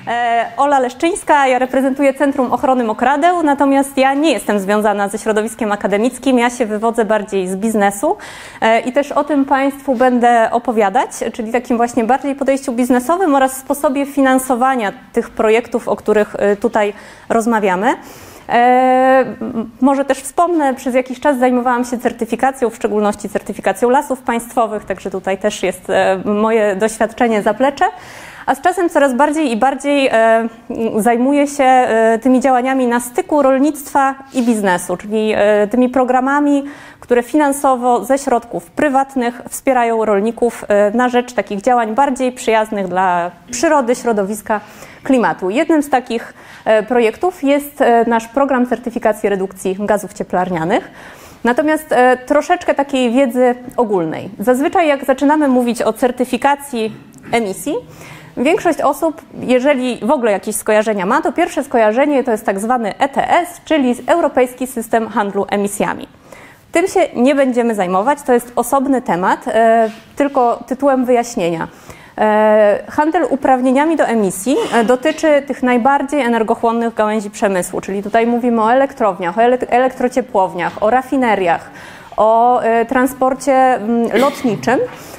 Ola Leszczyńska, ja reprezentuję Centrum Ochrony Mokradeł, natomiast ja nie jestem związana ze środowiskiem akademickim, ja się wywodzę bardziej z biznesu i też o tym Państwu będę opowiadać, czyli takim właśnie bardziej podejściu biznesowym oraz sposobie finansowania tych projektów, o których tutaj rozmawiamy. Może też wspomnę, przez jakiś czas zajmowałam się certyfikacją, w szczególności certyfikacją lasów państwowych, także tutaj też jest moje doświadczenie, zaplecze. A z czasem coraz bardziej i bardziej zajmuję się tymi działaniami na styku rolnictwa i biznesu, czyli tymi programami, które finansowo ze środków prywatnych wspierają rolników na rzecz takich działań bardziej przyjaznych dla przyrody, środowiska, klimatu. Jednym z takich projektów jest nasz program certyfikacji redukcji gazów cieplarnianych. Natomiast troszeczkę takiej wiedzy ogólnej. Zazwyczaj jak zaczynamy mówić o certyfikacji emisji, większość osób, jeżeli w ogóle jakieś skojarzenia ma, to pierwsze skojarzenie to jest tak zwany ETS, czyli Europejski System Handlu Emisjami. Tym się nie będziemy zajmować, to jest osobny temat, tylko tytułem wyjaśnienia. Handel uprawnieniami do emisji dotyczy tych najbardziej energochłonnych gałęzi przemysłu, czyli tutaj mówimy o elektrowniach, o elektrociepłowniach, o rafineriach, o transporcie lotniczym.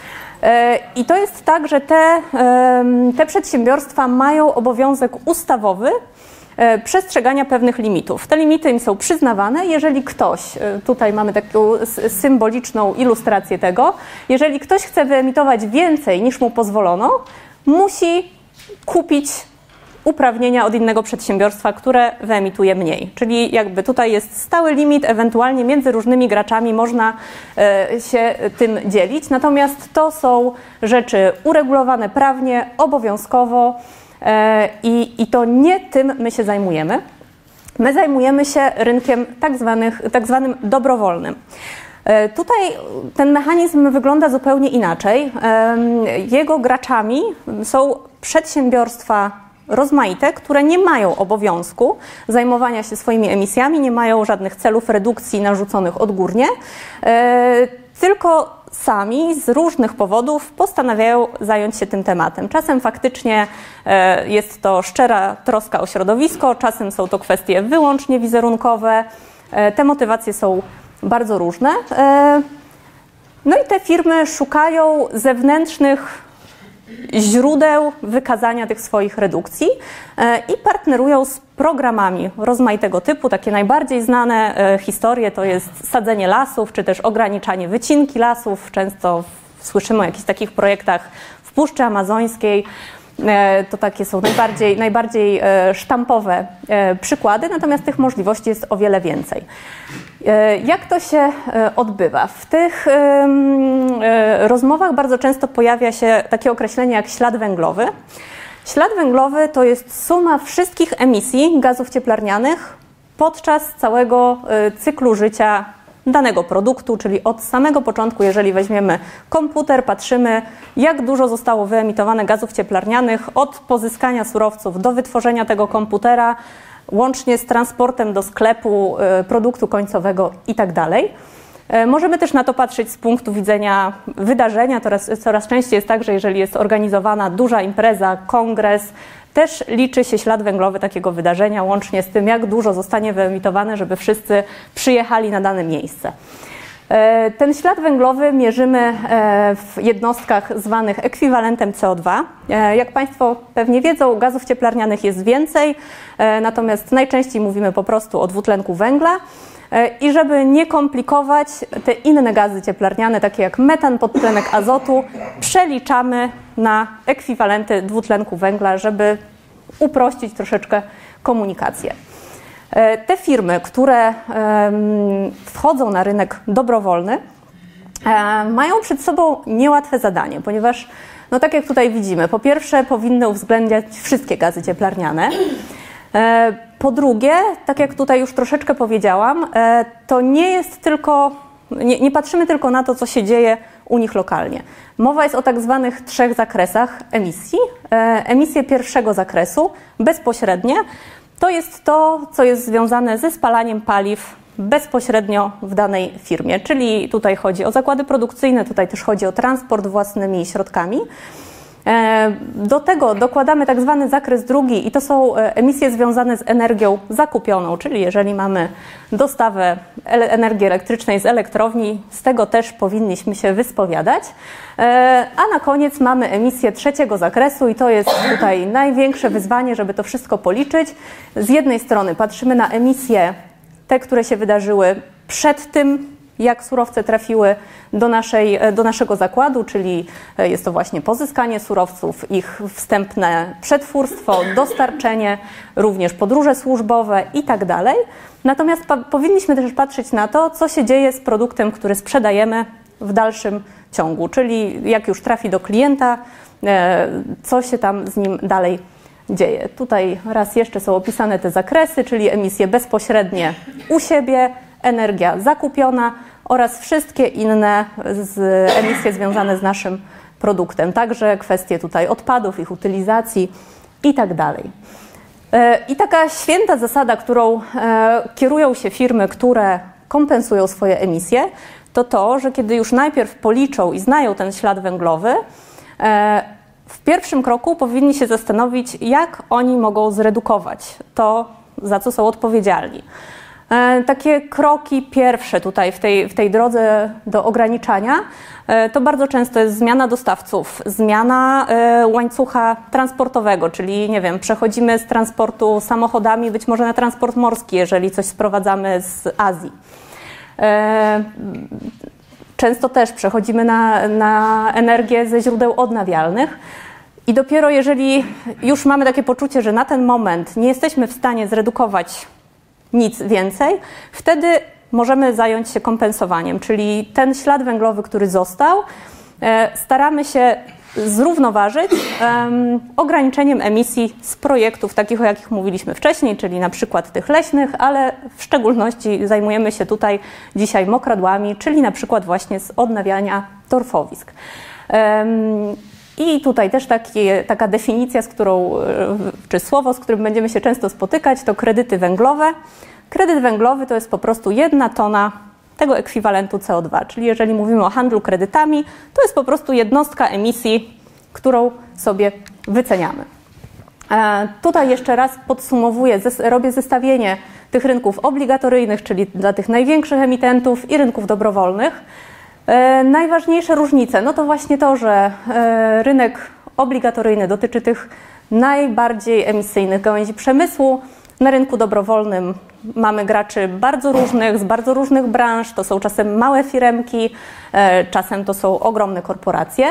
I to jest tak, że te przedsiębiorstwa mają obowiązek ustawowy przestrzegania pewnych limitów. Te limity im są przyznawane, jeżeli ktoś, tutaj mamy taką symboliczną ilustrację tego, jeżeli ktoś chce wyemitować więcej niż mu pozwolono, musi kupić uprawnienia od innego przedsiębiorstwa, które wyemituje mniej. Czyli jakby tutaj jest stały limit, ewentualnie między różnymi graczami można się tym dzielić. Natomiast to są rzeczy uregulowane prawnie, obowiązkowo i to nie tym my się zajmujemy. My zajmujemy się rynkiem tak zwanym dobrowolnym. Tutaj ten mechanizm wygląda zupełnie inaczej. Jego graczami są przedsiębiorstwa rozmaite, które nie mają obowiązku zajmowania się swoimi emisjami, nie mają żadnych celów redukcji narzuconych odgórnie, tylko sami z różnych powodów postanawiają zająć się tym tematem. Czasem faktycznie jest to szczera troska o środowisko, czasem są to kwestie wyłącznie wizerunkowe. Te motywacje są bardzo różne. No i te firmy szukają zewnętrznych źródeł wykazania tych swoich redukcji i partnerują z programami rozmaitego typu. Takie najbardziej znane historie to jest sadzenie lasów, czy też ograniczanie wycinki lasów. Często słyszymy o jakichś takich projektach w Puszczy Amazońskiej. To takie są najbardziej sztampowe przykłady, natomiast tych możliwości jest o wiele więcej. Jak to się odbywa? W tych rozmowach bardzo często pojawia się takie określenie jak ślad węglowy. Ślad węglowy to jest suma wszystkich emisji gazów cieplarnianych podczas całego cyklu życia danego produktu, czyli od samego początku, jeżeli weźmiemy komputer, patrzymy, jak dużo zostało wyemitowane gazów cieplarnianych od pozyskania surowców do wytworzenia tego komputera, łącznie z transportem do sklepu produktu końcowego i tak dalej. Możemy też na to patrzeć z punktu widzenia wydarzenia. Coraz częściej jest tak, że jeżeli jest organizowana duża impreza, kongres, też liczy się ślad węglowy takiego wydarzenia, łącznie z tym, jak dużo zostanie wyemitowane, żeby wszyscy przyjechali na dane miejsce. Ten ślad węglowy mierzymy w jednostkach zwanych ekwiwalentem CO2. Jak Państwo pewnie wiedzą, gazów cieplarnianych jest więcej, natomiast najczęściej mówimy po prostu o dwutlenku węgla. I żeby nie komplikować, te inne gazy cieplarniane, takie jak metan, podtlenek azotu, przeliczamy na ekwiwalenty dwutlenku węgla, żeby uprościć troszeczkę komunikację. Te firmy, które wchodzą na rynek dobrowolny, mają przed sobą niełatwe zadanie, ponieważ, no tak jak tutaj widzimy, po pierwsze powinny uwzględniać wszystkie gazy cieplarniane. Po drugie, tak jak tutaj już troszeczkę powiedziałam, to nie jest tylko, nie patrzymy tylko na to, co się dzieje u nich lokalnie. Mowa jest o tak zwanych 3 zakresach emisji. Emisje pierwszego zakresu, bezpośrednie, to jest to, co jest związane ze spalaniem paliw bezpośrednio w danej firmie, czyli tutaj chodzi o zakłady produkcyjne, tutaj też chodzi o transport własnymi środkami. Do tego dokładamy tak zwany zakres drugi i to są emisje związane z energią zakupioną, czyli jeżeli mamy dostawę energii elektrycznej z elektrowni, z tego też powinniśmy się wyspowiadać. A na koniec mamy emisję trzeciego zakresu i to jest tutaj największe wyzwanie, żeby to wszystko policzyć. Z jednej strony patrzymy na emisje, te, które się wydarzyły przed tym, jak surowce trafiły do naszego zakładu, czyli jest to właśnie pozyskanie surowców, ich wstępne przetwórstwo, dostarczenie, również podróże służbowe i tak dalej. Natomiast powinniśmy też patrzeć na to, co się dzieje z produktem, który sprzedajemy w dalszym ciągu, czyli jak już trafi do klienta, co się tam z nim dalej dzieje. Tutaj raz jeszcze są opisane te zakresy, czyli emisje bezpośrednie u siebie, energia zakupiona oraz wszystkie inne emisje związane z naszym produktem. Także kwestie tutaj odpadów, ich utylizacji i tak dalej. I taka święta zasada, którą kierują się firmy, które kompensują swoje emisje, to to, że kiedy już najpierw policzą i znają ten ślad węglowy, w pierwszym kroku powinni się zastanowić, jak oni mogą zredukować to, za co są odpowiedzialni. Takie kroki pierwsze tutaj w tej drodze do ograniczania to bardzo często jest zmiana dostawców, zmiana łańcucha transportowego, czyli nie wiem, przechodzimy z transportu samochodami być może na transport morski, jeżeli coś sprowadzamy z Azji. Często też przechodzimy na energię ze źródeł odnawialnych i dopiero jeżeli już mamy takie poczucie, że na ten moment nie jesteśmy w stanie zredukować nic więcej, wtedy możemy zająć się kompensowaniem, czyli ten ślad węglowy, który został, staramy się zrównoważyć ograniczeniem emisji z projektów takich, o jakich mówiliśmy wcześniej, czyli na przykład tych leśnych, ale w szczególności zajmujemy się tutaj dzisiaj mokradłami, czyli na przykład właśnie z odnawiania torfowisk. I tutaj też taka definicja, czy słowo, z którym będziemy się często spotykać, to kredyty węglowe. Kredyt węglowy to jest po prostu 1 tona tego ekwiwalentu CO2, czyli jeżeli mówimy o handlu kredytami, to jest po prostu jednostka emisji, którą sobie wyceniamy. Tutaj jeszcze raz podsumowuję, robię zestawienie tych rynków obligatoryjnych, czyli dla tych największych emitentów i rynków dobrowolnych. Najważniejsze różnice, no to właśnie to, że rynek obligatoryjny dotyczy tych najbardziej emisyjnych gałęzi przemysłu. Na rynku dobrowolnym mamy graczy bardzo różnych, z bardzo różnych branż. To są czasem małe firemki, czasem to są ogromne korporacje.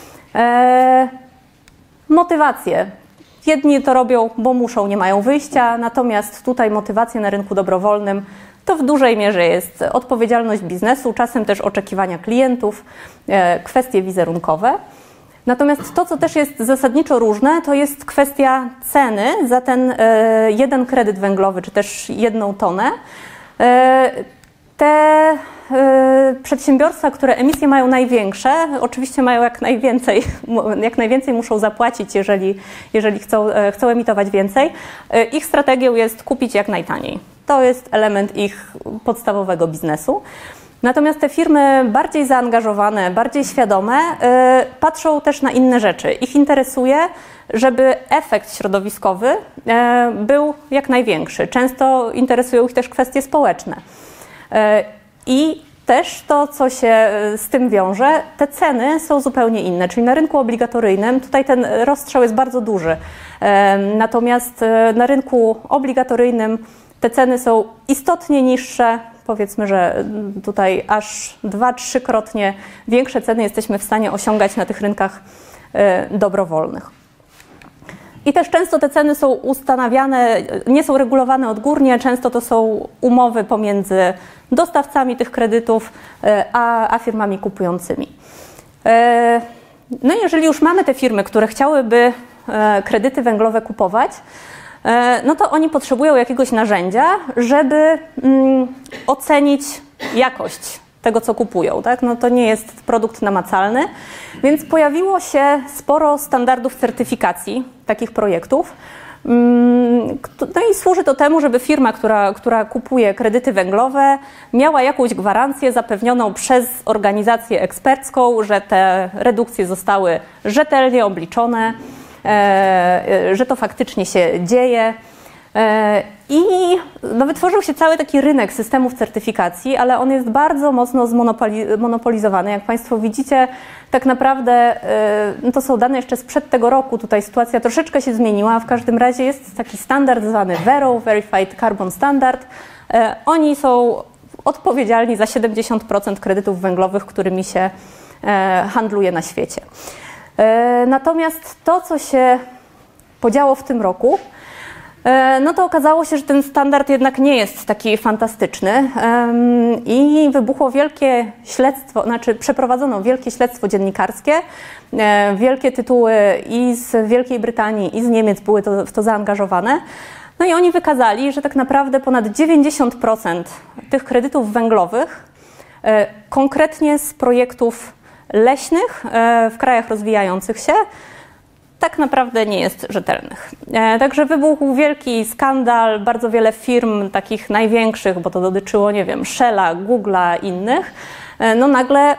Motywacje. Jedni to robią, bo muszą, nie mają wyjścia, natomiast tutaj motywacje na rynku dobrowolnym to w dużej mierze jest odpowiedzialność biznesu, czasem też oczekiwania klientów, kwestie wizerunkowe. Natomiast to, co też jest zasadniczo różne, to jest kwestia ceny za ten jeden kredyt węglowy, czy też 1 tonę. Te przedsiębiorstwa, które emisje mają największe, oczywiście mają jak najwięcej muszą zapłacić, jeżeli chcą emitować więcej. Ich strategią jest kupić jak najtaniej. To jest element ich podstawowego biznesu. Natomiast te firmy bardziej zaangażowane, bardziej świadome patrzą też na inne rzeczy. Ich interesuje, żeby efekt środowiskowy był jak największy. Często interesują ich też kwestie społeczne. I też to, co się z tym wiąże, te ceny są zupełnie inne. Czyli na rynku obligatoryjnym tutaj ten rozstrzał jest bardzo duży. Natomiast na rynku obligatoryjnym te ceny są istotnie niższe. Powiedzmy, że tutaj aż 2-3-krotnie większe ceny jesteśmy w stanie osiągać na tych rynkach dobrowolnych. I też często te ceny są ustanawiane, nie są regulowane odgórnie, często to są umowy pomiędzy dostawcami tych kredytów a firmami kupującymi. No i jeżeli już mamy te firmy, które chciałyby kredyty węglowe kupować, no to oni potrzebują jakiegoś narzędzia, żeby ocenić jakość tego, co kupują. Tak? No to nie jest produkt namacalny, więc pojawiło się sporo standardów certyfikacji takich projektów. No i służy to temu, żeby firma, która kupuje kredyty węglowe, miała jakąś gwarancję zapewnioną przez organizację ekspercką, że te redukcje zostały rzetelnie obliczone, że to faktycznie się dzieje. I no, wytworzył się cały taki rynek systemów certyfikacji, ale on jest bardzo mocno zmonopolizowany. Jak Państwo widzicie, tak naprawdę no to są dane jeszcze sprzed tego roku. Tutaj sytuacja troszeczkę się zmieniła. W każdym razie jest taki standard zwany VERO, Verified Carbon Standard. Oni są odpowiedzialni za 70% kredytów węglowych, którymi się handluje na świecie. Natomiast to, co się podziało w tym roku, no to okazało się, że ten standard jednak nie jest taki fantastyczny i wybuchło wielkie śledztwo, znaczy przeprowadzono wielkie śledztwo dziennikarskie. Wielkie tytuły i z Wielkiej Brytanii, i z Niemiec były w to zaangażowane. No i oni wykazali, że tak naprawdę ponad 90% tych kredytów węglowych, konkretnie z projektów leśnych w krajach rozwijających się, tak naprawdę nie jest rzetelnych. Także wybuchł wielki skandal, bardzo wiele firm takich największych, bo to dotyczyło, nie wiem, Shella, Google'a, innych, no nagle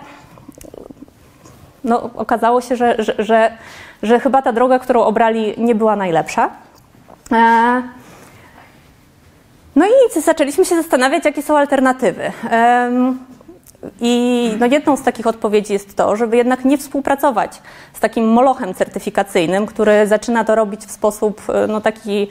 no, okazało się, że chyba ta droga, którą obrali, nie była najlepsza. No i zaczęliśmy się zastanawiać, jakie są alternatywy. I no jedną z takich odpowiedzi jest to, żeby jednak nie współpracować z takim molochem certyfikacyjnym, który zaczyna to robić w sposób no taki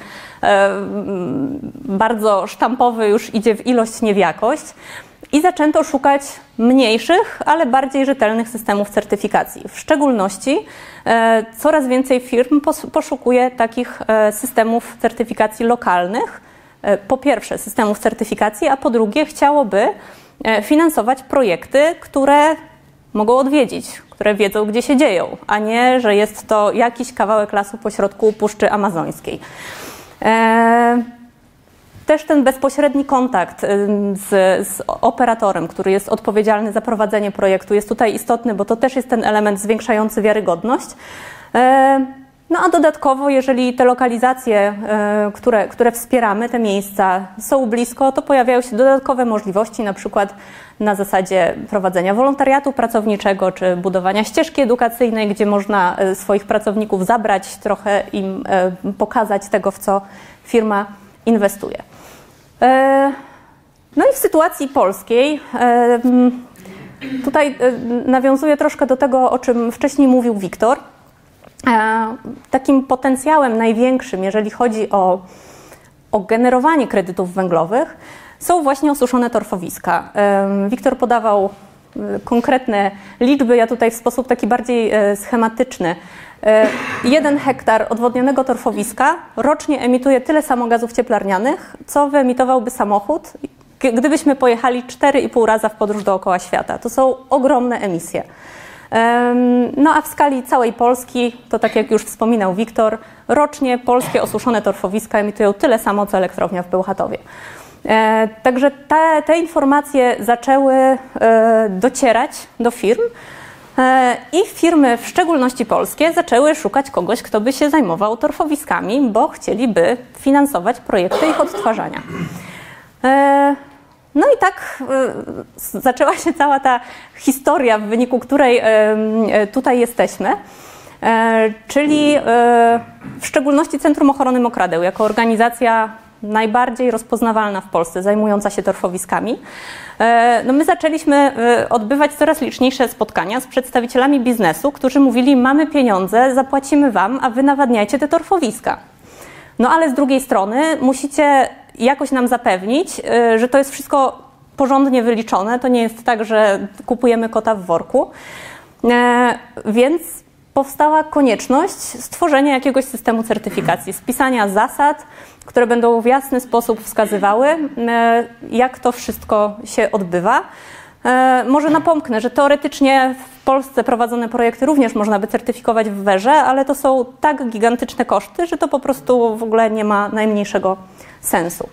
bardzo sztampowy, już idzie w ilość, nie w jakość. I zaczęto szukać mniejszych, ale bardziej rzetelnych systemów certyfikacji. W szczególności coraz więcej firm poszukuje takich systemów certyfikacji lokalnych. Po pierwsze systemów certyfikacji, a po drugie chciałoby finansować projekty, które mogą odwiedzić, które wiedzą, gdzie się dzieją, a nie, że jest to jakiś kawałek lasu pośrodku Puszczy Amazońskiej. Też ten bezpośredni kontakt z operatorem, który jest odpowiedzialny za prowadzenie projektu, jest tutaj istotny, bo to też jest ten element zwiększający wiarygodność. No a dodatkowo, jeżeli te lokalizacje, które wspieramy, te miejsca są blisko, to pojawiają się dodatkowe możliwości, na przykład na zasadzie prowadzenia wolontariatu pracowniczego, czy budowania ścieżki edukacyjnej, gdzie można swoich pracowników zabrać, trochę im pokazać tego, w co firma inwestuje. No i w sytuacji polskiej, tutaj nawiązuję troszkę do tego, o czym wcześniej mówił Wiktor. Takim potencjałem największym, jeżeli chodzi o generowanie kredytów węglowych, są właśnie osuszone torfowiska. Wiktor podawał konkretne liczby, ja tutaj w sposób taki bardziej schematyczny. 1 hektar odwodnionego torfowiska rocznie emituje tyle samo gazów cieplarnianych, co wyemitowałby samochód, gdybyśmy pojechali 4,5 raza w podróż dookoła świata. To są ogromne emisje. No a w skali całej Polski, to tak jak już wspominał Wiktor, rocznie polskie osuszone torfowiska emitują tyle samo, co elektrownia w Bełchatowie. Także te informacje zaczęły docierać do firm i firmy, w szczególności polskie, zaczęły szukać kogoś, kto by się zajmował torfowiskami, bo chcieliby finansować projekty ich odtwarzania. No i tak zaczęła się cała ta historia, w wyniku której tutaj jesteśmy, czyli w szczególności Centrum Ochrony Mokradeł, jako organizacja najbardziej rozpoznawalna w Polsce, zajmująca się torfowiskami. No my zaczęliśmy odbywać coraz liczniejsze spotkania z przedstawicielami biznesu, którzy mówili: mamy pieniądze, zapłacimy wam, a wy nawadniajcie te torfowiska. No ale z drugiej strony musicie jakoś nam zapewnić, że to jest wszystko porządnie wyliczone. To nie jest tak, że kupujemy kota w worku. Więc powstała konieczność stworzenia jakiegoś systemu certyfikacji, spisania zasad, które będą w jasny sposób wskazywały, jak to wszystko się odbywa. Może napomknę, że teoretycznie w Polsce prowadzone projekty również można by certyfikować w WER-ze, ale to są tak gigantyczne koszty, że to po prostu w ogóle nie ma najmniejszego sensu.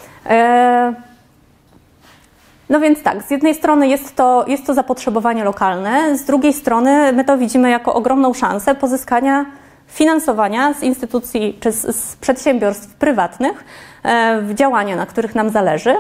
No więc tak, z jednej strony jest to zapotrzebowanie lokalne, z drugiej strony my to widzimy jako ogromną szansę pozyskania finansowania z instytucji czy z przedsiębiorstw prywatnych w działania, na których nam zależy.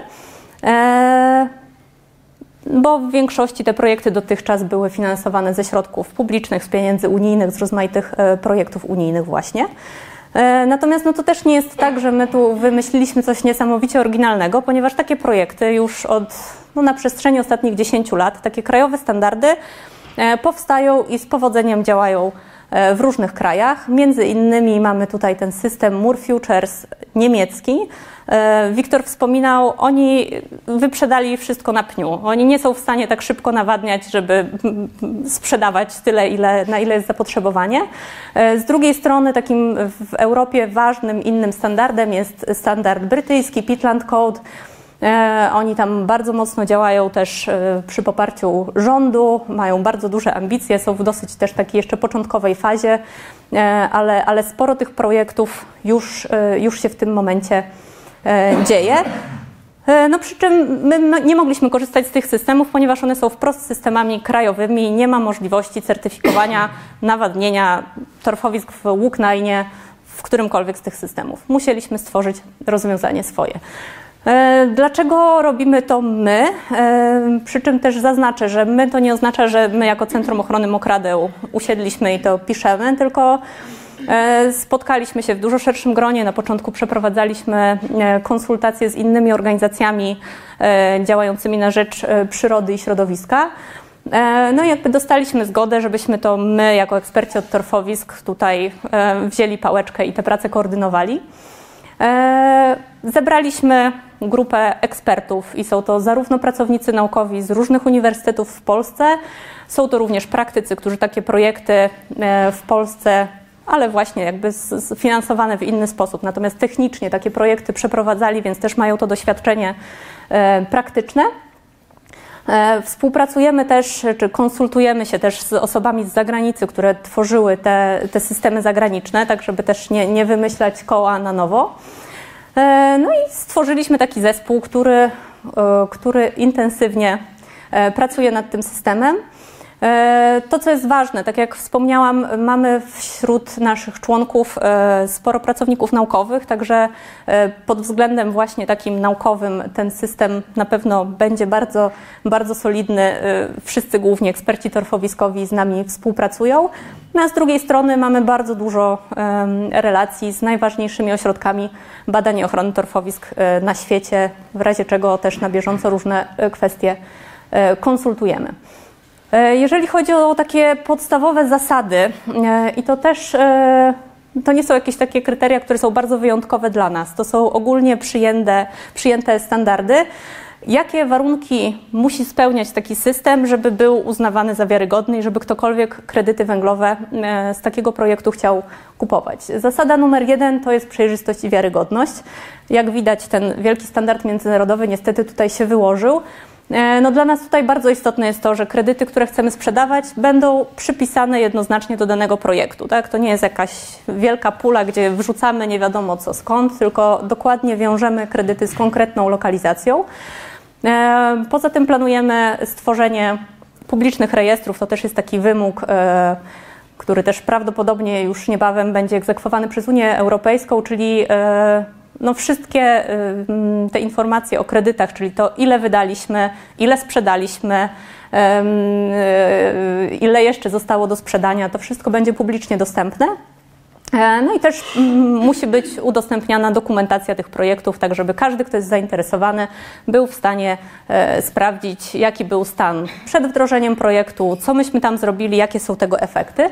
Bo w większości te projekty dotychczas były finansowane ze środków publicznych, z pieniędzy unijnych, z rozmaitych projektów unijnych właśnie. Natomiast no to też nie jest tak, że my tu wymyśliliśmy coś niesamowicie oryginalnego, ponieważ takie projekty już na przestrzeni ostatnich 10 lat, takie krajowe standardy powstają i z powodzeniem działają w różnych krajach. Między innymi mamy tutaj ten system More Futures niemiecki. Wiktor wspominał, oni wyprzedali wszystko na pniu. Oni nie są w stanie tak szybko nawadniać, żeby sprzedawać tyle, na ile jest zapotrzebowanie. Z drugiej strony takim w Europie ważnym innym standardem jest standard brytyjski, Pitland Code. Oni tam bardzo mocno działają też przy poparciu rządu, mają bardzo duże ambicje, są w dosyć też takiej jeszcze początkowej fazie, ale sporo tych projektów już się w tym momencie dzieje. No przy czym my nie mogliśmy korzystać z tych systemów, ponieważ one są wprost systemami krajowymi i nie ma możliwości certyfikowania nawadnienia torfowisk w Ługnajnie w którymkolwiek z tych systemów. Musieliśmy stworzyć rozwiązanie swoje. Dlaczego robimy to my? Przy czym też zaznaczę, że my to nie oznacza, że my jako Centrum Ochrony Mokradeł usiedliśmy i to piszemy, tylko spotkaliśmy się w dużo szerszym gronie. Na początku przeprowadzaliśmy konsultacje z innymi organizacjami działającymi na rzecz przyrody i środowiska. No i jakby dostaliśmy zgodę, żebyśmy to my jako eksperci od torfowisk tutaj wzięli pałeczkę i te prace koordynowali. Zebraliśmy grupę ekspertów i są to zarówno pracownicy naukowi z różnych uniwersytetów w Polsce, są to również praktycy, którzy takie projekty w Polsce, ale właśnie jakby finansowane w inny sposób, natomiast technicznie takie projekty przeprowadzali, więc też mają to doświadczenie praktyczne. Współpracujemy też, czy konsultujemy się też z osobami z zagranicy, które tworzyły te systemy zagraniczne, tak żeby też nie wymyślać koła na nowo. No i stworzyliśmy taki zespół, który intensywnie pracuje nad tym systemem. To, co jest ważne, tak jak wspomniałam, mamy wśród naszych członków sporo pracowników naukowych, także pod względem właśnie takim naukowym ten system na pewno będzie bardzo, bardzo solidny. Wszyscy głównie eksperci torfowiskowi z nami współpracują. No a z drugiej strony mamy bardzo dużo relacji z najważniejszymi ośrodkami badań i ochrony torfowisk na świecie, w razie czego też na bieżąco różne kwestie konsultujemy. Jeżeli chodzi o takie podstawowe zasady, i to też to nie są jakieś takie kryteria, które są bardzo wyjątkowe dla nas, to są ogólnie przyjęte standardy. Jakie warunki musi spełniać taki system, żeby był uznawany za wiarygodny i żeby ktokolwiek kredyty węglowe z takiego projektu chciał kupować? Zasada numer 1 to jest przejrzystość i wiarygodność. Jak widać, ten wielki standard międzynarodowy niestety tutaj się wyłożył. No dla nas tutaj bardzo istotne jest to, że kredyty, które chcemy sprzedawać, będą przypisane jednoznacznie do danego projektu. Tak? To nie jest jakaś wielka pula, gdzie wrzucamy nie wiadomo co skąd, tylko dokładnie wiążemy kredyty z konkretną lokalizacją. Poza tym planujemy stworzenie publicznych rejestrów. To też jest taki wymóg, który też prawdopodobnie już niebawem będzie egzekwowany przez Unię Europejską, czyli no wszystkie te informacje o kredytach, czyli to ile wydaliśmy, ile sprzedaliśmy, ile jeszcze zostało do sprzedania, to wszystko będzie publicznie dostępne. No i też musi być udostępniana dokumentacja tych projektów, tak żeby każdy, kto jest zainteresowany, był w stanie sprawdzić, jaki był stan przed wdrożeniem projektu, co myśmy tam zrobili, jakie są tego efekty.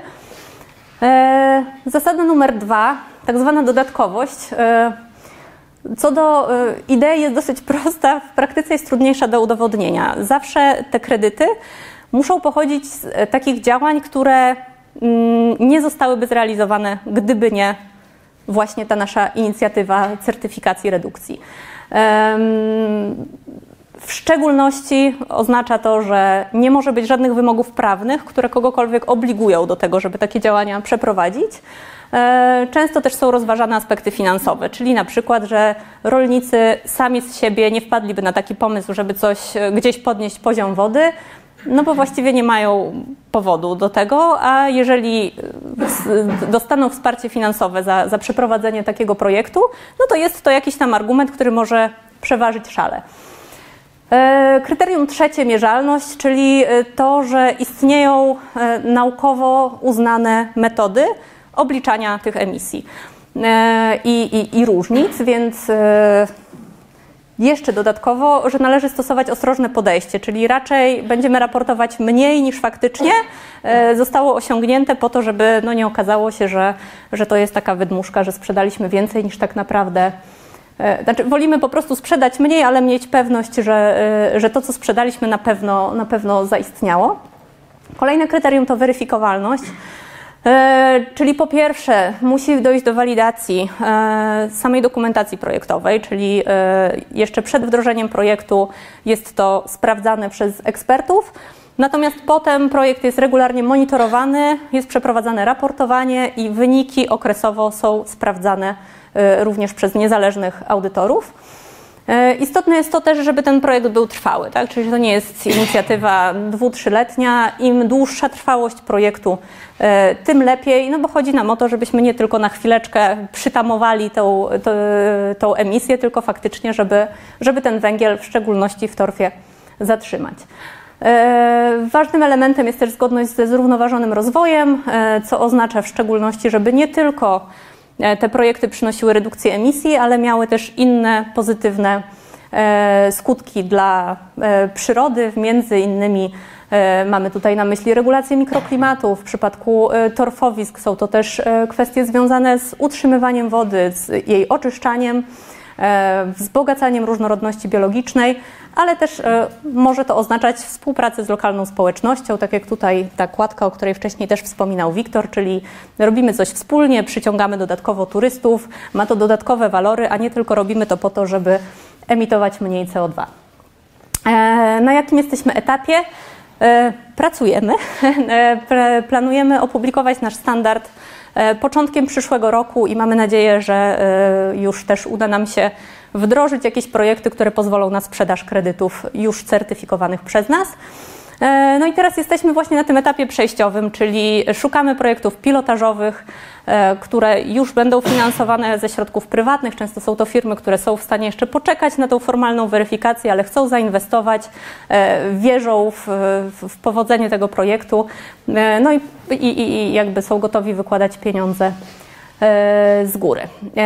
Zasada numer 2, tak zwana dodatkowość. Co do idei jest dosyć prosta, w praktyce jest trudniejsza do udowodnienia. Zawsze te kredyty muszą pochodzić z takich działań, które nie zostałyby zrealizowane, gdyby nie właśnie ta nasza inicjatywa certyfikacji redukcji. W szczególności oznacza to, że nie może być żadnych wymogów prawnych, które kogokolwiek obligują do tego, żeby takie działania przeprowadzić. Często też są rozważane aspekty finansowe, czyli na przykład, że rolnicy sami z siebie nie wpadliby na taki pomysł, żeby gdzieś podnieść poziom wody, no bo właściwie nie mają powodu do tego, a jeżeli dostaną wsparcie finansowe za przeprowadzenie takiego projektu, no to jest to jakiś tam argument, który może przeważyć szale. Kryterium trzecie, mierzalność, czyli to, że istnieją naukowo uznane metody obliczania tych emisji i różnic, więc jeszcze dodatkowo, że należy stosować ostrożne podejście, czyli raczej będziemy raportować mniej niż faktycznie zostało osiągnięte po to, żeby nie okazało się, że to jest taka wydmuszka, że sprzedaliśmy więcej niż tak naprawdę. Znaczy wolimy po prostu sprzedać mniej, ale mieć pewność, że to, co sprzedaliśmy, na pewno zaistniało. Kolejne kryterium to weryfikowalność. Czyli po pierwsze musi dojść do walidacji samej dokumentacji projektowej, czyli jeszcze przed wdrożeniem projektu jest to sprawdzane przez ekspertów, natomiast potem projekt jest regularnie monitorowany, jest przeprowadzane raportowanie i wyniki okresowo są sprawdzane również przez niezależnych audytorów. Istotne jest to też, żeby ten projekt był trwały, tak? Czyli to nie jest inicjatywa 2-3-letnia. Im dłuższa trwałość projektu, tym lepiej, no bo chodzi nam o to, żebyśmy nie tylko na chwileczkę przytamowali tą emisję, tylko faktycznie, żeby ten węgiel, w szczególności w torfie, zatrzymać. Ważnym elementem jest też zgodność ze zrównoważonym rozwojem, co oznacza w szczególności, żeby nie tylko te projekty przynosiły redukcję emisji, ale miały też inne pozytywne skutki dla przyrody. Między innymi mamy tutaj na myśli regulację mikroklimatu. W przypadku torfowisk są to też kwestie związane z utrzymywaniem wody, z jej oczyszczaniem, wzbogacaniem różnorodności biologicznej, ale też może to oznaczać współpracę z lokalną społecznością, tak jak tutaj ta kładka, o której wcześniej też wspominał Wiktor, czyli robimy coś wspólnie, przyciągamy dodatkowo turystów, ma to dodatkowe walory, a nie tylko robimy to po to, żeby emitować mniej CO2. Na jakim jesteśmy etapie? Pracujemy. Planujemy opublikować nasz standard początkiem przyszłego roku i mamy nadzieję, że już też uda nam się wdrożyć jakieś projekty, które pozwolą na sprzedaż kredytów już certyfikowanych przez nas. No i teraz jesteśmy właśnie na tym etapie przejściowym, czyli szukamy projektów pilotażowych, które już będą finansowane ze środków prywatnych. Często są to firmy, które są w stanie jeszcze poczekać na tą formalną weryfikację, ale chcą zainwestować, wierzą w powodzenie tego projektu, no i jakby są gotowi wykładać pieniądze z góry.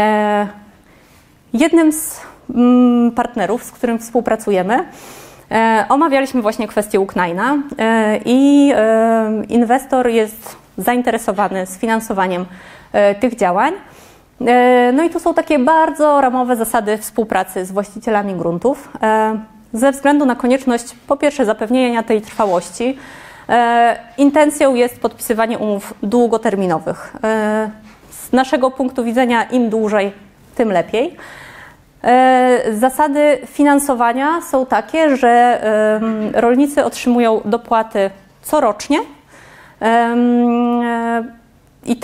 Jednym z partnerów, z którym współpracujemy, omawialiśmy właśnie kwestię Uknajna i inwestor jest zainteresowany sfinansowaniem tych działań. No i tu są takie bardzo ramowe zasady współpracy z właścicielami gruntów. Ze względu na konieczność, po pierwsze, zapewnienia tej trwałości, intencją jest podpisywanie umów długoterminowych. Z naszego punktu widzenia im dłużej, tym lepiej. Zasady finansowania są takie, że rolnicy otrzymują dopłaty corocznie i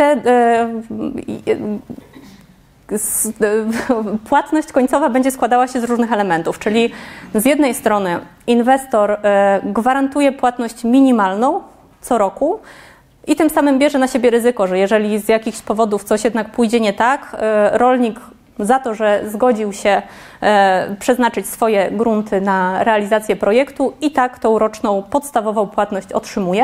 płatność końcowa będzie składała się z różnych elementów, czyli z jednej strony inwestor gwarantuje płatność minimalną co roku i tym samym bierze na siebie ryzyko, że jeżeli z jakichś powodów coś jednak pójdzie nie tak, rolnik za to, że zgodził się przeznaczyć swoje grunty na realizację projektu i tak tą roczną podstawową płatność otrzymuje.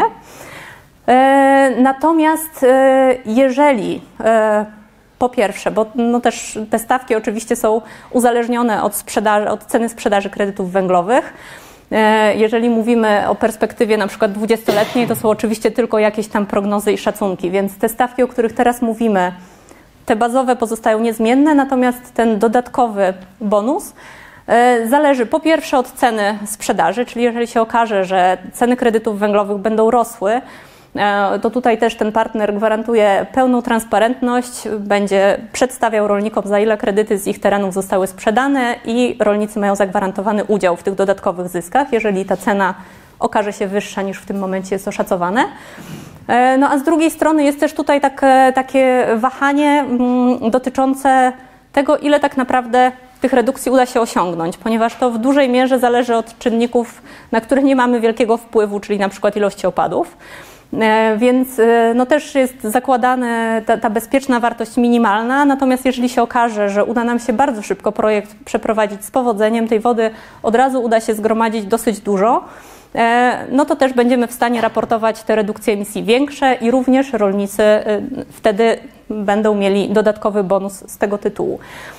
Natomiast jeżeli po pierwsze, bo też te stawki oczywiście są uzależnione od ceny sprzedaży kredytów węglowych. Jeżeli mówimy o perspektywie na przykład 20-letniej, to są oczywiście tylko jakieś tam prognozy i szacunki, więc te stawki, o których teraz mówimy, te bazowe pozostają niezmienne, natomiast ten dodatkowy bonus zależy po pierwsze od ceny sprzedaży, czyli jeżeli się okaże, że ceny kredytów węglowych będą rosły, to tutaj też ten partner gwarantuje pełną transparentność, będzie przedstawiał rolnikom, za ile kredyty z ich terenów zostały sprzedane i rolnicy mają zagwarantowany udział w tych dodatkowych zyskach, jeżeli ta cena okaże się wyższa niż w tym momencie jest oszacowane. No a z drugiej strony jest też tutaj takie wahanie dotyczące tego, ile tak naprawdę tych redukcji uda się osiągnąć, ponieważ to w dużej mierze zależy od czynników, na które nie mamy wielkiego wpływu, czyli na przykład ilości opadów. Więc no też jest zakładana ta bezpieczna wartość minimalna, natomiast jeżeli się okaże, że uda nam się bardzo szybko projekt przeprowadzić z powodzeniem, tej wody od razu uda się zgromadzić dosyć dużo, no to też będziemy w stanie raportować te redukcje emisji większe i również rolnicy wtedy będą mieli dodatkowy bonus z tego tytułu.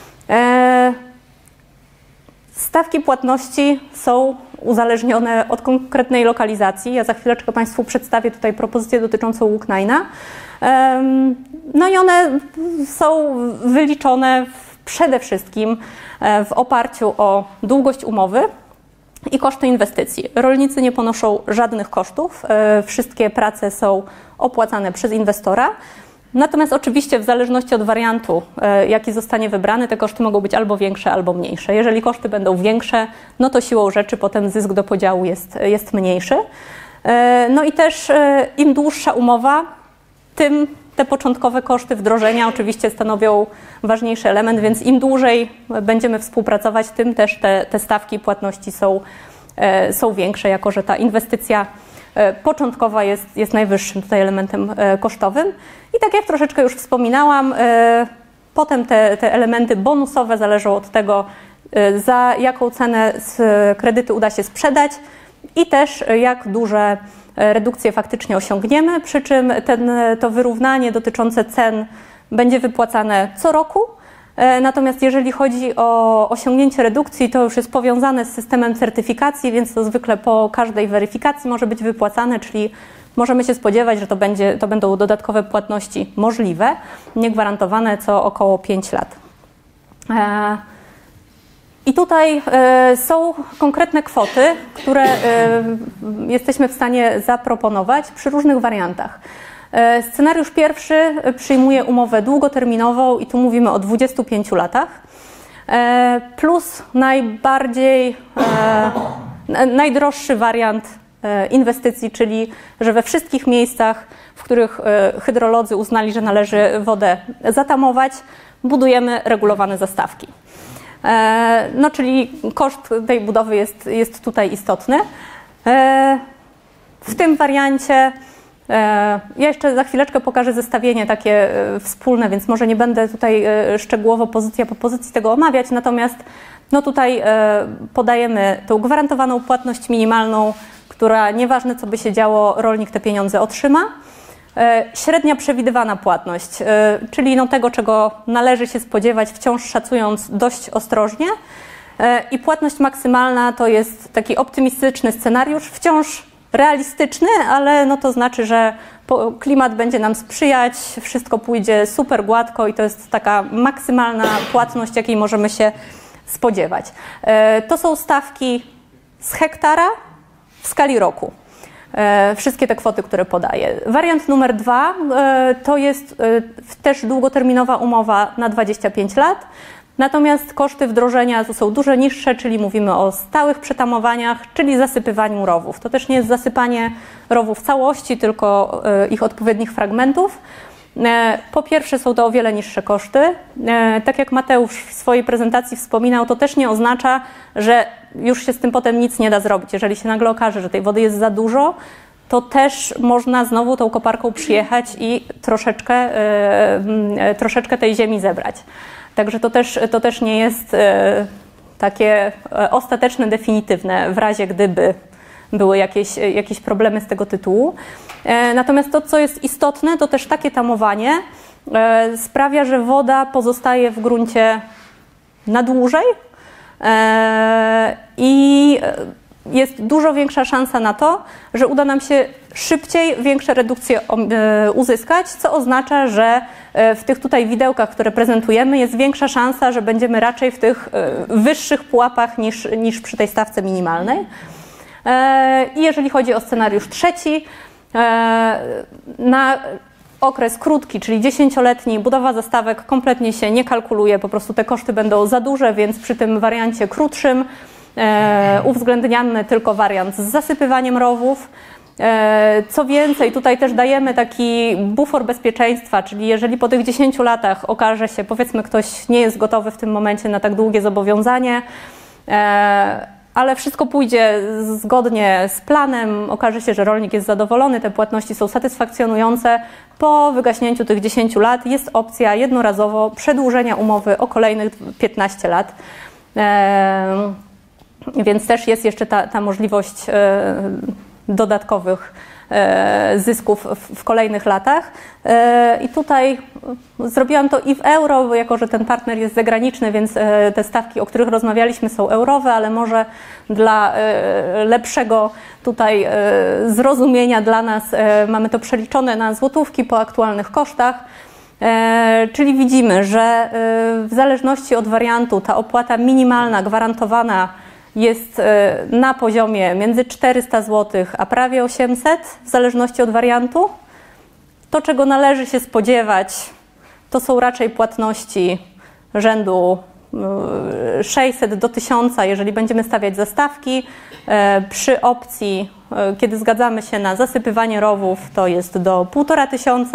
Stawki płatności są uzależnione od konkretnej lokalizacji. Ja za chwileczkę Państwu przedstawię tutaj propozycję dotyczącą Łuknajna. No i one są wyliczone przede wszystkim w oparciu o długość umowy i koszty inwestycji. Rolnicy nie ponoszą żadnych kosztów, wszystkie prace są opłacane przez inwestora. Natomiast oczywiście w zależności od wariantu, jaki zostanie wybrany, te koszty mogą być albo większe, albo mniejsze. Jeżeli koszty będą większe, no to siłą rzeczy potem zysk do podziału jest mniejszy. No i też im dłuższa umowa, tym te początkowe koszty wdrożenia oczywiście stanowią ważniejszy element, więc im dłużej będziemy współpracować, tym też te stawki płatności są większe, jako że ta inwestycja początkowa jest najwyższym tutaj elementem kosztowym. I tak jak troszeczkę już wspominałam, potem te elementy bonusowe zależą od tego, za jaką cenę kredyty uda się sprzedać i też jak duże redukcje faktycznie osiągniemy, przy czym to wyrównanie dotyczące cen będzie wypłacane co roku. Natomiast jeżeli chodzi o osiągnięcie redukcji, to już jest powiązane z systemem certyfikacji, więc to zwykle po każdej weryfikacji może być wypłacane, czyli możemy się spodziewać, że to będą dodatkowe płatności możliwe, niegwarantowane co około 5 lat. I tutaj są konkretne kwoty, które jesteśmy w stanie zaproponować przy różnych wariantach. Scenariusz pierwszy przyjmuje umowę długoterminową i tu mówimy o 25 latach, plus najdroższy wariant inwestycji, czyli że we wszystkich miejscach, w których hydrolodzy uznali, że należy wodę zatamować, budujemy regulowane zastawki. No, czyli koszt tej budowy jest tutaj istotny. W tym wariancie ja jeszcze za chwileczkę pokażę zestawienie takie wspólne, więc może nie będę tutaj szczegółowo pozycja po pozycji tego omawiać, natomiast no tutaj podajemy tą gwarantowaną płatność minimalną, która nieważne co by się działo, rolnik te pieniądze otrzyma. Średnia przewidywana płatność, czyli no tego, czego należy się spodziewać, wciąż szacując dość ostrożnie. I płatność maksymalna to jest taki optymistyczny scenariusz, wciąż realistyczny, ale no to znaczy, że klimat będzie nam sprzyjać, wszystko pójdzie super gładko i to jest taka maksymalna płatność, jakiej możemy się spodziewać. To są stawki z hektara w skali roku. Wszystkie te kwoty, które podaję. Wariant numer 2 to jest też długoterminowa umowa na 25 lat, natomiast koszty wdrożenia to są dużo niższe, czyli mówimy o stałych przetamowaniach, czyli zasypywaniu rowów. To też nie jest zasypanie rowów w całości, tylko ich odpowiednich fragmentów. Po pierwsze są to o wiele niższe koszty. Tak jak Mateusz w swojej prezentacji wspominał, to też nie oznacza, że już się z tym potem nic nie da zrobić. Jeżeli się nagle okaże, że tej wody jest za dużo, to też można znowu tą koparką przyjechać i troszeczkę tej ziemi zebrać. Także to też nie jest takie ostateczne, definitywne w razie gdyby były jakieś problemy z tego tytułu. Natomiast to, co jest istotne, to też takie tamowanie sprawia, że woda pozostaje w gruncie na dłużej i jest dużo większa szansa na to, że uda nam się szybciej większe redukcje uzyskać, co oznacza, że w tych tutaj widełkach, które prezentujemy, jest większa szansa, że będziemy raczej w tych wyższych pułapach niż przy tej stawce minimalnej. I jeżeli chodzi o scenariusz trzeci, na okres krótki, czyli 10-letni, budowa zastawek kompletnie się nie kalkuluje, po prostu te koszty będą za duże, więc przy tym wariancie krótszym uwzględniamy tylko wariant z zasypywaniem rowów. Co więcej, tutaj też dajemy taki bufor bezpieczeństwa, czyli jeżeli po tych 10 latach okaże się, powiedzmy ktoś nie jest gotowy w tym momencie na tak długie zobowiązanie, ale wszystko pójdzie zgodnie z planem, okaże się, że rolnik jest zadowolony, te płatności są satysfakcjonujące. Po wygaśnięciu tych 10 lat jest opcja jednorazowo przedłużenia umowy o kolejnych 15 lat. Więc też jest jeszcze ta możliwość dodatkowych zysków w kolejnych latach. I tutaj zrobiłam to i w euro, bo jako że ten partner jest zagraniczny, więc te stawki, o których rozmawialiśmy, są eurowe, ale może dla lepszego tutaj zrozumienia dla nas mamy to przeliczone na złotówki po aktualnych kosztach. Czyli widzimy, że w zależności od wariantu ta opłata minimalna gwarantowana jest na poziomie między 400 zł a prawie 800 w zależności od wariantu. To, czego należy się spodziewać, to są raczej płatności rzędu 600 do 1000, jeżeli będziemy stawiać zastawki. Przy opcji, kiedy zgadzamy się na zasypywanie rowów, to jest do 1500.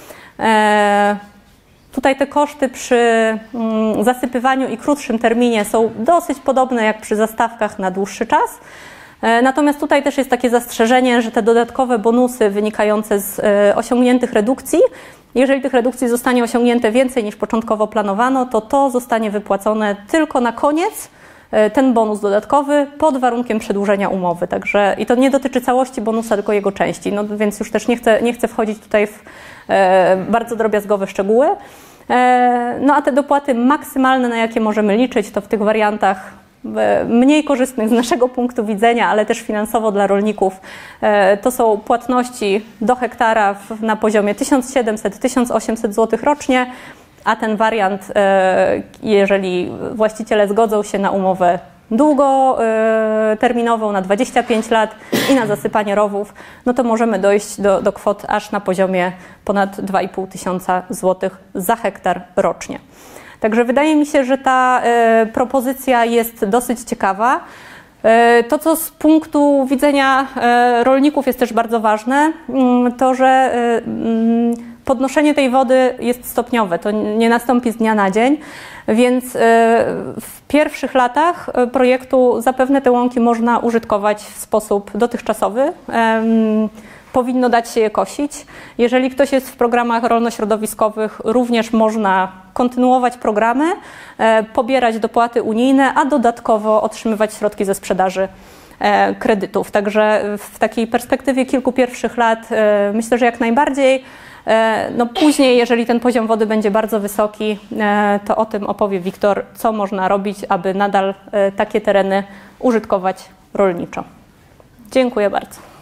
Tutaj te koszty przy zasypywaniu i krótszym terminie są dosyć podobne jak przy zastawkach na dłuższy czas. Natomiast tutaj też jest takie zastrzeżenie, że te dodatkowe bonusy wynikające z osiągniętych redukcji, jeżeli tych redukcji zostanie osiągnięte więcej niż początkowo planowano, to zostanie wypłacone tylko na koniec, ten bonus dodatkowy, pod warunkiem przedłużenia umowy. Także, i to nie dotyczy całości bonusa, tylko jego części. No, więc już też nie chcę wchodzić tutaj w bardzo drobiazgowe szczegóły. No a te dopłaty maksymalne, na jakie możemy liczyć, to w tych wariantach mniej korzystnych z naszego punktu widzenia, ale też finansowo dla rolników, to są płatności do hektara na poziomie 1700–1800 zł rocznie, a ten wariant, jeżeli właściciele zgodzą się na umowę długoterminową na 25 lat i na zasypanie rowów, no to możemy dojść do kwot aż na poziomie ponad 2500 zł za hektar rocznie. Także wydaje mi się, że ta propozycja jest dosyć ciekawa. To, co z punktu widzenia rolników jest też bardzo ważne, to, że podnoszenie tej wody jest stopniowe, to nie nastąpi z dnia na dzień, więc w pierwszych latach projektu zapewne te łąki można użytkować w sposób dotychczasowy. Powinno dać się je kosić. Jeżeli ktoś jest w programach rolno-środowiskowych, również można kontynuować programy, pobierać dopłaty unijne, a dodatkowo otrzymywać środki ze sprzedaży kredytów. Także w takiej perspektywie kilku pierwszych lat myślę, że jak najbardziej. No później, jeżeli ten poziom wody będzie bardzo wysoki, to o tym opowie Wiktor, co można robić, aby nadal takie tereny użytkować rolniczo. Dziękuję bardzo.